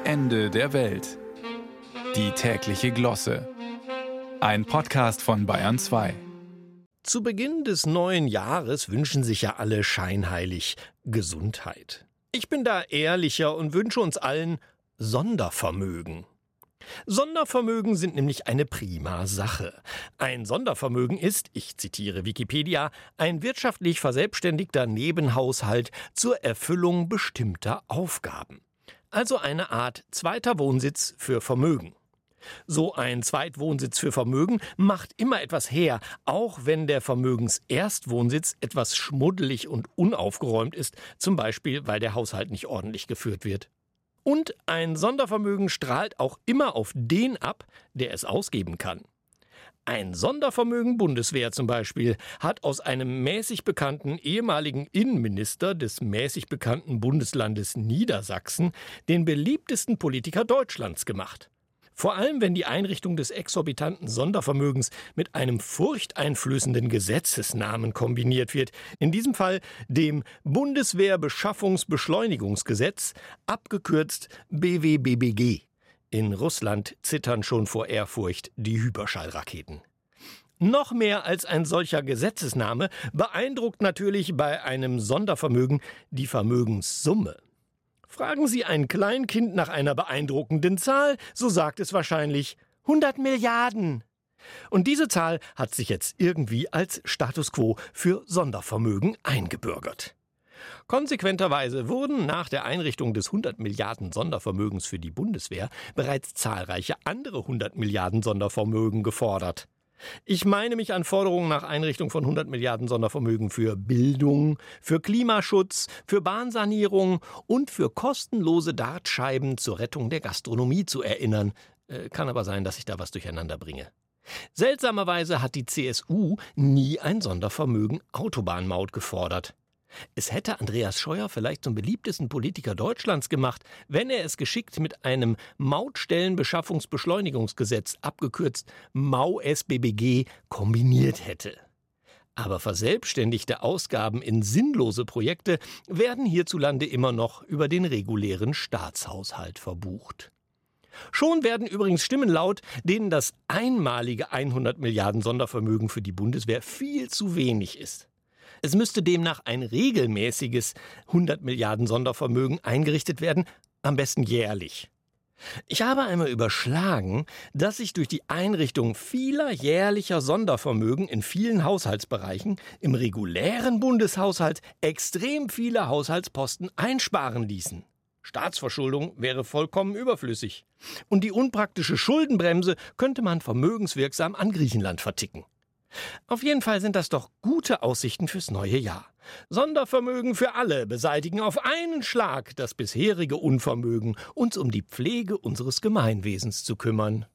Ende der Welt. Die tägliche Glosse. Ein Podcast von Bayern 2. Zu Beginn des neuen Jahres wünschen sich ja alle scheinheilig Gesundheit. Ich bin da ehrlicher und wünsche uns allen Sondervermögen. Sondervermögen sind nämlich eine prima Sache. Ein Sondervermögen ist, ich zitiere Wikipedia, ein wirtschaftlich verselbstständigter Nebenhaushalt zur Erfüllung bestimmter Aufgaben. Also eine Art zweiter Wohnsitz für Vermögen. So ein Zweitwohnsitz für Vermögen macht immer etwas her, auch wenn der Vermögenserstwohnsitz etwas schmuddelig und unaufgeräumt ist, zum Beispiel, weil der Haushalt nicht ordentlich geführt wird. Und ein Sondervermögen strahlt auch immer auf den ab, der es ausgeben kann. Ein Sondervermögen Bundeswehr zum Beispiel hat aus einem mäßig bekannten ehemaligen Innenminister des mäßig bekannten Bundeslandes Niedersachsen den beliebtesten Politiker Deutschlands gemacht. Vor allem, wenn die Einrichtung des exorbitanten Sondervermögens mit einem furchteinflößenden Gesetzesnamen kombiniert wird. In diesem Fall dem Bundeswehrbeschaffungsbeschleunigungsgesetz, abgekürzt BWBBG. In Russland zittern schon vor Ehrfurcht die Hyperschallraketen. Noch mehr als ein solcher Gesetzesname beeindruckt natürlich bei einem Sondervermögen die Vermögenssumme. Fragen Sie ein Kleinkind nach einer beeindruckenden Zahl, so sagt es wahrscheinlich 100 Milliarden. Und diese Zahl hat sich jetzt irgendwie als Status quo für Sondervermögen eingebürgert. Konsequenterweise wurden nach der Einrichtung des 100 Milliarden Sondervermögens für die Bundeswehr bereits zahlreiche andere 100 Milliarden Sondervermögen gefordert. Ich meine mich an Forderungen nach Einrichtung von 100 Milliarden Sondervermögen für Bildung, für Klimaschutz, für Bahnsanierung und für kostenlose Dartscheiben zur Rettung der Gastronomie zu erinnern. Kann aber sein, dass ich da was durcheinander bringe. Seltsamerweise hat die CSU nie ein Sondervermögen Autobahnmaut gefordert. Es hätte Andreas Scheuer vielleicht zum beliebtesten Politiker Deutschlands gemacht, wenn er es geschickt mit einem Mautstellenbeschaffungsbeschleunigungsgesetz, abgekürzt MAU-SBBG, kombiniert hätte. Aber verselbstständigte Ausgaben in sinnlose Projekte werden hierzulande immer noch über den regulären Staatshaushalt verbucht. Schon werden übrigens Stimmen laut, denen das einmalige 100 Milliarden Sondervermögen für die Bundeswehr viel zu wenig ist. Es müsste demnach ein regelmäßiges 100 Milliarden Sondervermögen eingerichtet werden, am besten jährlich. Ich habe einmal überschlagen, dass sich durch die Einrichtung vieler jährlicher Sondervermögen in vielen Haushaltsbereichen im regulären Bundeshaushalt extrem viele Haushaltsposten einsparen ließen. Staatsverschuldung wäre vollkommen überflüssig. Und die unpraktische Schuldenbremse könnte man vermögenswirksam an Griechenland verticken. Auf jeden Fall sind das doch gute Aussichten fürs neue Jahr. Sondervermögen für alle beseitigen auf einen Schlag das bisherige Unvermögen, uns um die Pflege unseres Gemeinwesens zu kümmern.